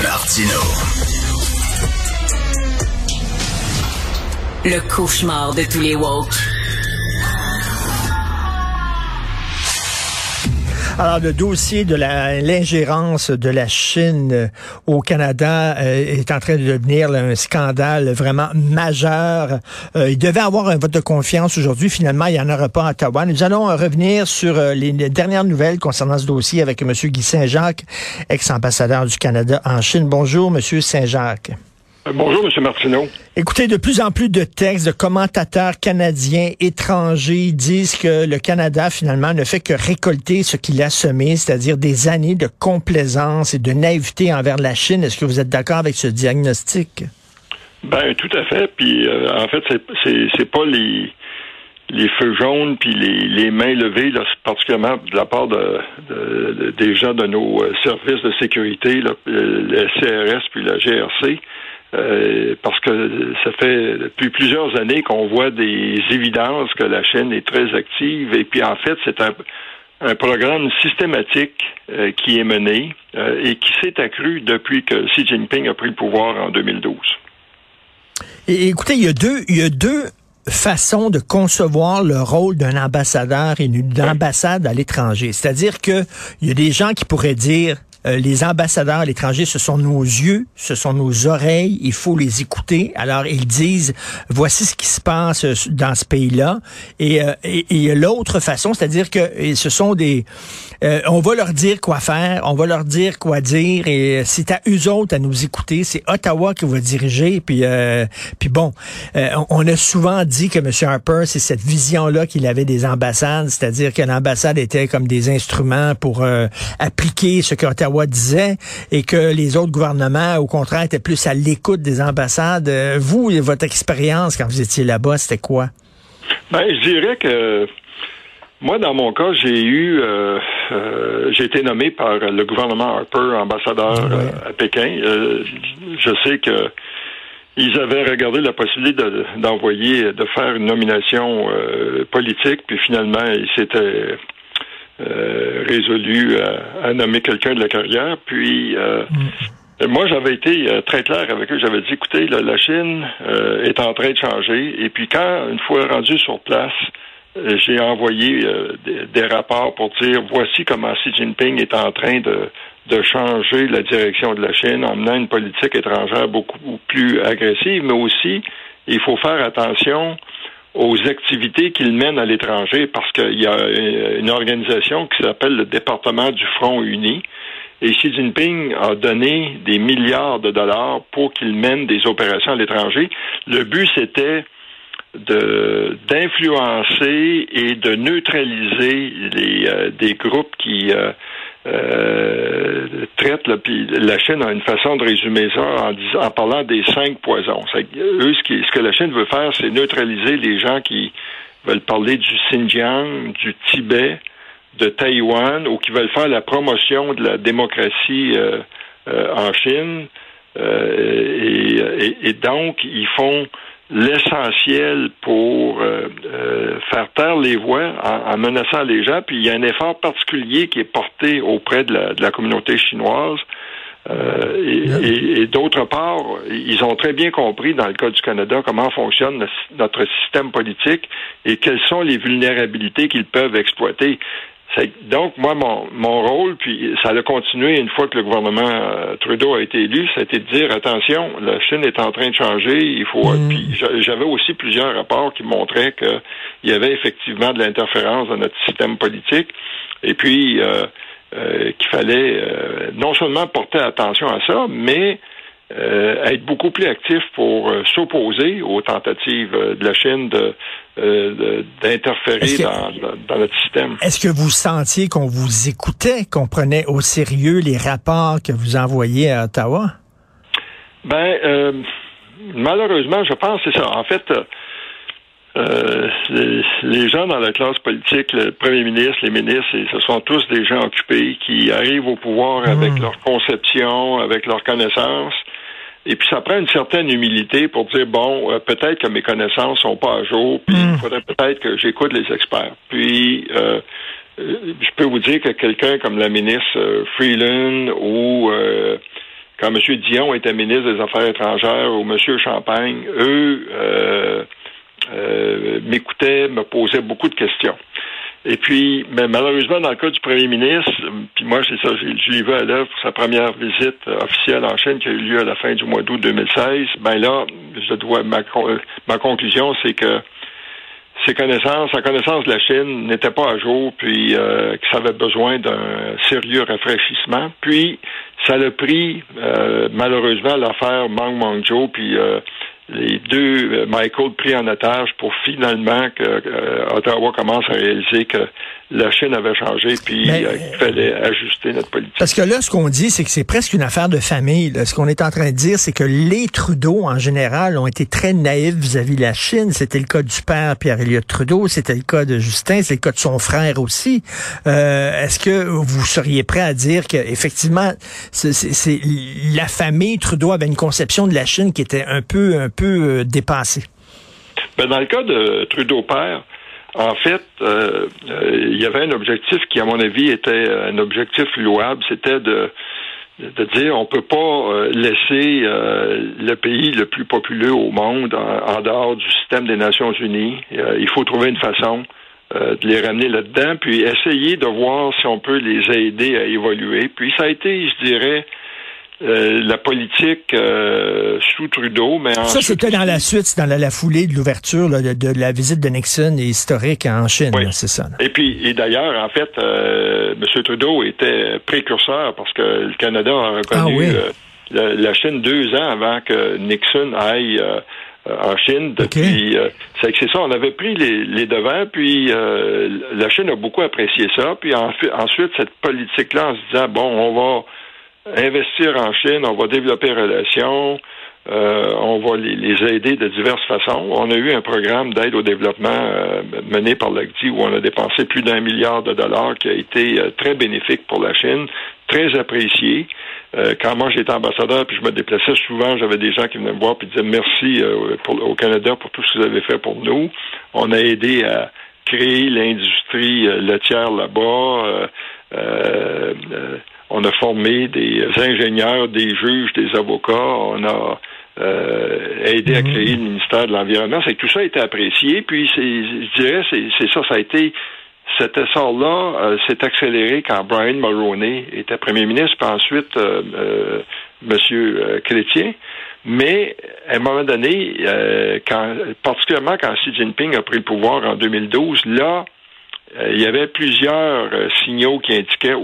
Martino. Le cauchemar de tous les woke. Alors, le dossier de l'ingérence de la Chine au Canada est en train de devenir un scandale vraiment majeur. Il devait avoir un vote de confiance aujourd'hui. Finalement, il n'y en aura pas à Ottawa. Nous allons revenir sur les dernières nouvelles concernant ce dossier avec M. Guy Saint-Jacques, ex-ambassadeur du Canada en Chine. Bonjour, M. Saint-Jacques. Bonjour, M. Martineau. Écoutez, de plus en plus de textes de commentateurs canadiens, étrangers disent que le Canada, finalement, ne fait que récolter ce qu'il a semé, c'est-à-dire des années de complaisance et de naïveté envers la Chine. Est-ce que vous êtes d'accord avec ce diagnostic? Ben, tout à fait. Puis, en fait, c'est pas les feux jaunes puis les mains levées, là, particulièrement de la part des gens de nos services de sécurité, là, le CRS puis la GRC. Parce que ça fait depuis plusieurs années qu'on voit des évidences que la Chine est très active. Et puis, en fait, c'est un programme systématique qui est mené et qui s'est accru depuis que Xi Jinping a pris le pouvoir en 2012. Et écoutez, il y a deux façons de concevoir le rôle d'un ambassadeur et d'une ambassade à l'étranger. C'est-à-dire que il y a des gens qui pourraient dire les ambassadeurs à l'étranger, ce sont nos yeux, ce sont nos oreilles, il faut les écouter. Alors, ils disent, voici ce qui se passe dans ce pays-là. Et l'autre façon, c'est-à-dire que ce sont on va leur dire quoi faire, on va leur dire quoi dire, et c'est à eux autres à nous écouter. C'est Ottawa qui va diriger. Puis bon, on a souvent dit que M. Harper, c'est cette vision-là qu'il avait des ambassades, c'est-à-dire que l'ambassade était comme des instruments pour appliquer ce qu'Ottawa disait, et que les autres gouvernements, au contraire, étaient plus à l'écoute des ambassades. Vous, votre expérience quand vous étiez là-bas, c'était quoi? Ben, je dirais que moi, dans mon cas, j'ai été nommé par le gouvernement Harper ambassadeur à Pékin. Je sais que ils avaient regardé la possibilité de faire une nomination politique, puis finalement, ils s'étaient résolu à nommer quelqu'un de la carrière. Puis moi, j'avais été très clair avec eux. J'avais dit, écoutez, la Chine est en train de changer. Et puis quand, une fois rendu sur place, j'ai envoyé des rapports pour dire, voici comment Xi Jinping est en train de changer la direction de la Chine en menant une politique étrangère beaucoup plus agressive, mais aussi, il faut faire attention aux activités qu'il mène à l'étranger, parce qu'il y a une organisation qui s'appelle le département du Front uni, et Xi Jinping a donné des milliards de dollars pour qu'il mène des opérations à l'étranger. Le but, c'était d'influencer et de neutraliser des groupes qui traite la Chine a une façon de résumer ça en parlant des 5 poisons. Eux, ce que la Chine veut faire, c'est neutraliser les gens qui veulent parler du Xinjiang, du Tibet, de Taïwan, ou qui veulent faire la promotion de la démocratie en Chine. Et donc, ils font l'essentiel pour faire taire les voix en menaçant les gens. Puis il y a un effort particulier qui est porté auprès de la communauté chinoise. Et d'autre part, ils ont très bien compris, dans le cas du Canada, comment fonctionne notre système politique et quelles sont les vulnérabilités qu'ils peuvent exploiter. Donc, moi, mon rôle, puis ça a continué une fois que le gouvernement Trudeau a été élu, ça a été de dire, attention, la Chine est en train de changer, il faut... Puis j'avais aussi plusieurs rapports qui montraient qu'il y avait effectivement de l'interférence dans notre système politique, et puis qu'il fallait non seulement porter attention à ça, mais être beaucoup plus actif pour s'opposer aux tentatives de la Chine d'interférer dans notre système. Est-ce que vous sentiez qu'on vous écoutait, qu'on prenait au sérieux les rapports que vous envoyiez à Ottawa? Ben, malheureusement, je pense que c'est ça. En fait, les gens dans la classe politique, le premier ministre, les ministres, ce sont tous des gens occupés qui arrivent au pouvoir avec leur conception, avec leurs connaissances. Et puis, ça prend une certaine humilité pour dire, bon, peut-être que mes connaissances sont pas à jour, puis il faudrait peut-être que j'écoute les experts. Puis, je peux vous dire que quelqu'un comme la ministre Freeland ou quand M. Dion était ministre des Affaires étrangères ou M. Champagne, eux m'écoutaient, me posaient beaucoup de questions. Et puis, mais malheureusement, dans le cas du premier ministre, puis moi, c'est ça, je l'ai vu à l'œuvre pour sa première visite officielle en Chine qui a eu lieu à la fin du mois d'août 2016. Ben là, ma conclusion, c'est que sa connaissance de la Chine n'était pas à jour, puis que ça avait besoin d'un sérieux rafraîchissement. Puis, ça l'a pris, malheureusement, l'affaire Meng Wanzhou, puis les deux Michael pris en otage pour finalement que Ottawa commence à réaliser que la Chine avait changé puis qu'il fallait ajuster notre politique. Parce que là, ce qu'on dit, c'est que c'est presque une affaire de famille. Là. Ce qu'on est en train de dire, c'est que les Trudeau, en général, ont été très naïfs vis-à-vis de la Chine. C'était le cas du père Pierre-Éliott Trudeau, c'était le cas de Justin, c'est le cas de son frère aussi. Est-ce que vous seriez prêt à dire que effectivement, c'est la famille Trudeau avait une conception de la Chine qui était un peu dépassée? Ben, dans le cas de Trudeau père, en fait, il y avait un objectif qui, à mon avis, était un objectif louable, c'était de dire on peut pas laisser le pays le plus populeux au monde en dehors du système des Nations Unies. Il faut trouver une façon de les ramener là-dedans, puis essayer de voir si on peut les aider à évoluer. Puis ça a été, je dirais, la politique sous Trudeau, mais ça, c'était dans la suite, dans la foulée de l'ouverture là, de la visite de Nixon et historique en Chine, oui. Là, c'est ça. Là. Et d'ailleurs, en fait, M. Trudeau était précurseur parce que le Canada a reconnu la Chine 2 ans avant que Nixon aille en Chine. Depuis, c'est ça, on avait pris les devants, puis la Chine a beaucoup apprécié ça. Puis ensuite, cette politique-là, en se disant, bon, on va investir en Chine, on va développer relations, on va les aider de diverses façons. On a eu un programme d'aide au développement mené par l'ACDI où on a dépensé plus d'1 milliard de dollars qui a été très bénéfique pour la Chine, très apprécié. Quand moi j'étais ambassadeur puis je me déplaçais souvent, j'avais des gens qui venaient me voir puis disaient merci au Canada pour tout ce que vous avez fait pour nous. On a aidé à créer l'industrie laitière là-bas. On a formé des ingénieurs, des juges, des avocats. On a aidé à créer le ministère de l'Environnement. C'est que tout ça a été apprécié. Puis, je dirais, c'est ça. Ça a été cet essor-là s'est accéléré quand Brian Mulroney était premier ministre, puis ensuite M. Chrétien. Mais à un moment donné, particulièrement quand Xi Jinping a pris le pouvoir en 2012, là. Il y avait plusieurs signaux qui indiquaient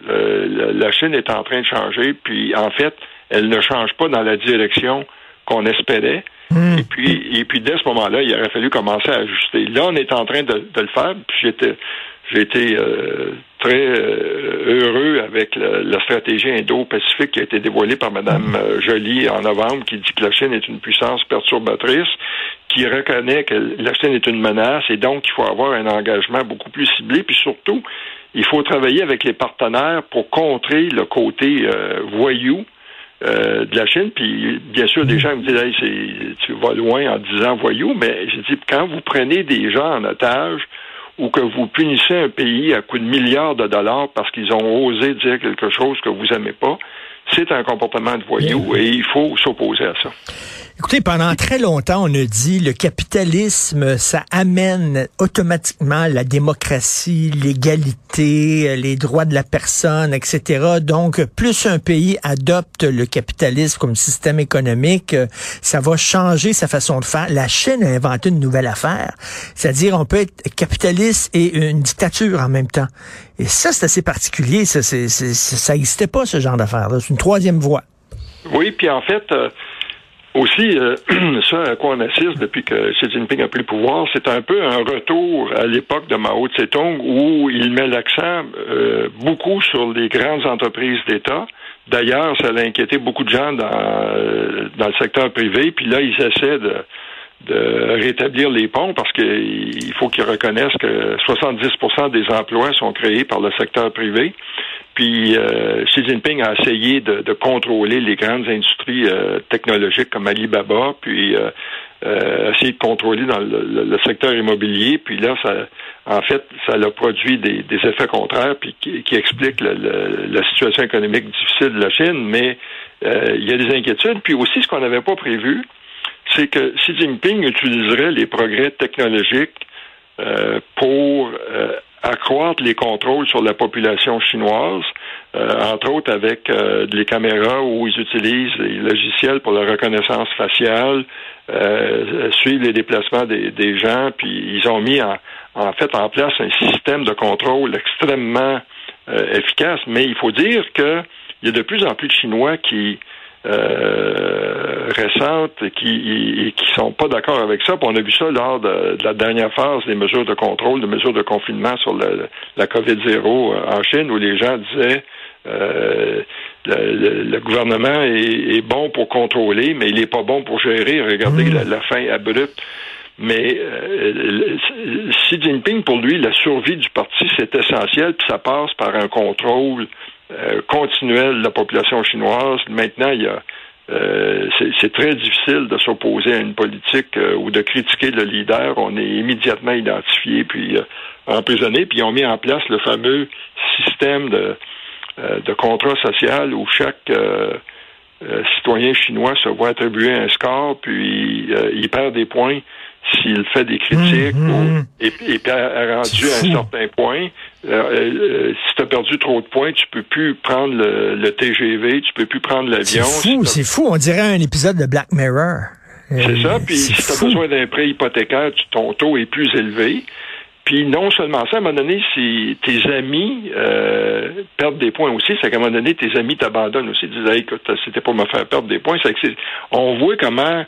la Chine est en train de changer, puis en fait, elle ne change pas dans la direction qu'on espérait. Et puis dès ce moment-là, il aurait fallu commencer à ajuster. Là, on est en train de le faire, puis j'ai été très heureux avec la stratégie Indo-Pacifique qui a été dévoilée par Mme Joly en novembre, qui dit que la Chine est une puissance perturbatrice, qui reconnaît que la Chine est une menace et donc il faut avoir un engagement beaucoup plus ciblé. Puis surtout, il faut travailler avec les partenaires pour contrer le côté voyou de la Chine. Puis bien sûr, des gens me disent hey, tu vas loin en disant voyou, mais j'ai dit quand vous prenez des gens en otage ou que vous punissez un pays à coups de milliards de dollars parce qu'ils ont osé dire quelque chose que vous n'aimez pas, c'est un comportement de voyou et il faut s'opposer à ça. Écoutez, pendant très longtemps, on a dit le capitalisme, ça amène automatiquement la démocratie, l'égalité, les droits de la personne, etc. Donc, plus un pays adopte le capitalisme comme système économique, ça va changer sa façon de faire. La Chine a inventé une nouvelle affaire, c'est-à-dire on peut être capitaliste et une dictature en même temps. Et ça, c'est assez particulier. Ça n'existait pas, ce genre d'affaire-là. C'est une troisième voie. Oui, puis en fait... Aussi, ça à quoi on assiste depuis que Xi Jinping a pris le pouvoir, c'est un peu un retour à l'époque de Mao Tse-tung où il met l'accent beaucoup sur les grandes entreprises d'État. D'ailleurs, ça a inquiété beaucoup de gens dans le secteur privé. Puis là, ils essaient de rétablir les ponts parce qu'il faut qu'ils reconnaissent que 70% des emplois sont créés par le secteur privé. Puis Xi Jinping a essayé de contrôler les grandes industries technologiques comme Alibaba, puis essayer de contrôler dans le secteur immobilier. Puis là, ça a produit des effets contraires, puis qui expliquent la situation économique difficile de la Chine. Mais il y a des inquiétudes. Puis aussi, ce qu'on n'avait pas prévu, c'est que Xi Jinping utiliserait les progrès technologiques pour accroître les contrôles sur la population chinoise, entre autres avec les caméras où ils utilisent les logiciels pour la reconnaissance faciale, suivre les déplacements des gens, puis ils ont mis en place un système de contrôle extrêmement efficace. Mais il faut dire qu'il y a de plus en plus de Chinois qui récentes et qui sont pas d'accord avec ça. Puis on a vu ça lors de la dernière phase des mesures de contrôle, des mesures de confinement sur la COVID-0 en Chine, où les gens disaient le gouvernement est bon pour contrôler, mais il est pas bon pour gérer. Regardez la fin abrupte. Mais Xi Jinping, pour lui, la survie du parti, c'est essentiel, puis ça passe par un contrôle continuel de la population chinoise. Maintenant, c'est très difficile de s'opposer à une politique ou de critiquer le leader. On est immédiatement identifié puis emprisonné. Puis ils ont mis en place le fameux système de contrat social où chaque citoyen chinois se voit attribuer un score, puis il perd des points s'il fait des critiques et puis a rendu à un certain point. Si tu as perdu trop de points, tu peux plus prendre le TGV, tu peux plus prendre l'avion. C'est fou. On dirait un épisode de Black Mirror. C'est ça. Puis si tu as besoin d'un prêt hypothécaire, ton taux est plus élevé. Puis non seulement ça, à un moment donné, si tes amis perdent des points aussi, c'est qu'à un moment donné, tes amis t'abandonnent aussi. Ils disent, hey, écoute, c'était pour me faire perdre des points. On voit comment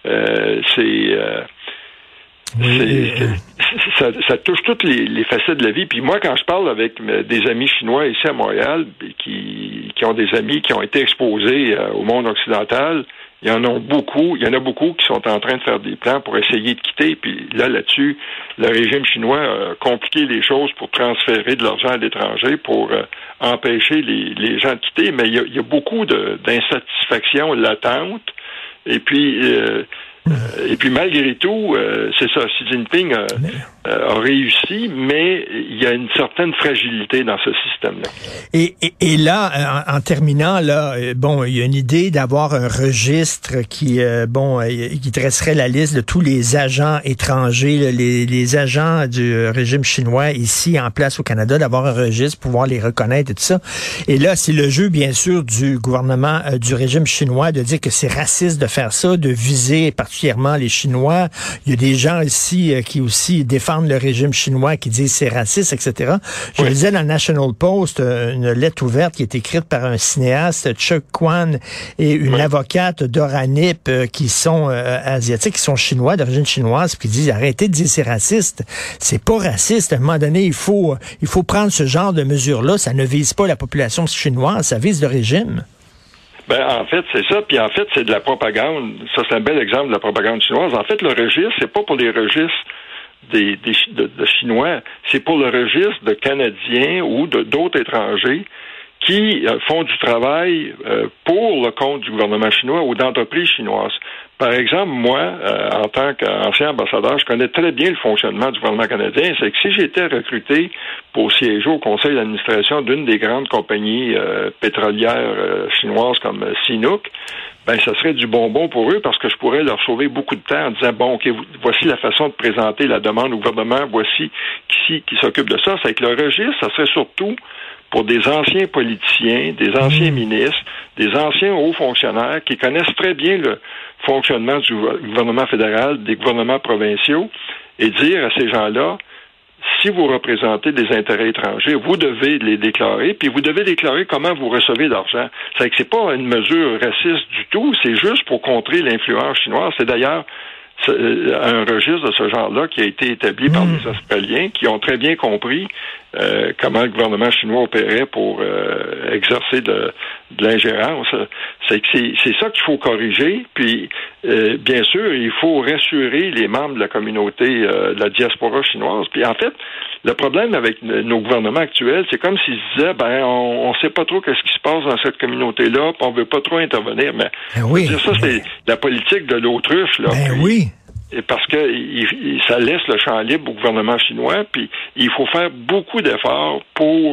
ça touche toutes les facettes de la vie. Puis moi, quand je parle avec des amis chinois ici à Montréal, qui ont des amis qui ont été exposés au monde occidental, il y en a beaucoup qui sont en train de faire des plans pour essayer de quitter. Puis là-dessus, le régime chinois a compliqué les choses pour transférer de l'argent à l'étranger pour empêcher les gens de quitter. Mais il y a beaucoup d'insatisfaction latente. Et puis malgré tout, c'est ça, Xi Jinping a réussi, mais il y a une certaine fragilité dans ce système-là. Et là, en terminant, là, il y a une idée d'avoir un registre qui dresserait la liste de tous les agents étrangers, là, les agents du régime chinois ici en place au Canada, d'avoir un registre pour pouvoir les reconnaître et tout ça. Et là, c'est le jeu, bien sûr, du gouvernement, du régime chinois de dire que c'est raciste de faire ça, de viser particulièrement les Chinois. Il y a des gens ici qui aussi défendent le régime chinois, qui disent c'est raciste, etc. Je lisais dans le National Post une lettre ouverte qui est écrite par un cinéaste, Chuck Kwan, et une avocate, Dora Nip, qui sont asiatiques, qui sont chinois, d'origine chinoise, puis qui disent arrêtez de dire c'est raciste. C'est pas raciste. À un moment donné, il faut prendre ce genre de mesures-là. Ça ne vise pas la population chinoise, ça vise le régime. Ben, en fait, c'est ça. Puis en fait, c'est de la propagande. Ça, c'est un bel exemple de la propagande chinoise. En fait, le registre, c'est pas pour les registres de Chinois, c'est pour le registre de Canadiens ou d'autres étrangers qui font du travail pour le compte du gouvernement chinois ou d'entreprises chinoises. Par exemple, moi, en tant qu'ancien ambassadeur, je connais très bien le fonctionnement du gouvernement canadien. C'est que si j'étais recruté pour siéger au conseil d'administration d'une des grandes compagnies pétrolières chinoises comme Sinopec, ben ça serait du bonbon pour eux parce que je pourrais leur sauver beaucoup de temps en disant, bon, OK, voici la façon de présenter la demande au gouvernement, voici qui s'occupe de ça. C'est que le registre, ça serait surtout pour des anciens politiciens, des anciens ministres, des anciens hauts fonctionnaires qui connaissent très bien le fonctionnement du gouvernement fédéral, des gouvernements provinciaux, et dire à ces gens-là, si vous représentez des intérêts étrangers, vous devez les déclarer, puis vous devez déclarer comment vous recevez l'argent. C'est que c'est pas une mesure raciste du tout, c'est juste pour contrer l'influence chinoise. C'est d'ailleurs un registre de ce genre-là qui a été établi par des Australiens qui ont très bien compris comment le gouvernement chinois opérait pour exercer de l'ingérence. C'est ça qu'il faut corriger. Puis, bien sûr, il faut rassurer les membres de la communauté de la diaspora chinoise. Puis, en fait, le problème avec nos gouvernements actuels, c'est comme s'ils se disaient, on sait pas trop qu'est-ce qui se passe dans cette communauté-là, puis on veut pas trop intervenir. Mais ça, c'est la politique de l'autruche, là. Parce que ça laisse le champ libre au gouvernement chinois, puis il faut faire beaucoup d'efforts pour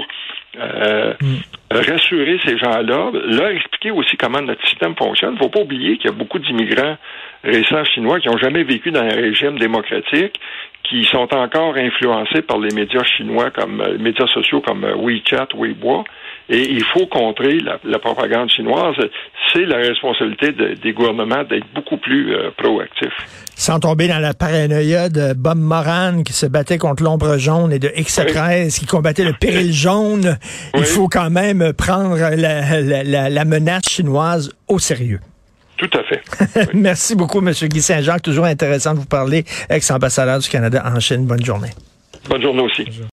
rassurer ces gens-là, leur expliquer aussi comment notre système fonctionne. Il ne faut pas oublier qu'il y a beaucoup d'immigrants récents chinois qui n'ont jamais vécu dans un régime démocratique, qui sont encore influencés par les médias chinois, comme les médias sociaux comme WeChat, Weibo. Et il faut contrer la propagande chinoise. C'est la responsabilité des gouvernements d'être beaucoup plus proactifs. Sans tomber dans la paranoïa de Bob Moran qui se battait contre l'ombre jaune et de X13 qui combattait le péril jaune, il faut quand même prendre la menace chinoise au sérieux. Tout à fait. Merci beaucoup, M. Guy Saint-Jacques. Toujours intéressant de vous parler, ex-ambassadeur du Canada en Chine. Bonne journée. Bonne journée aussi.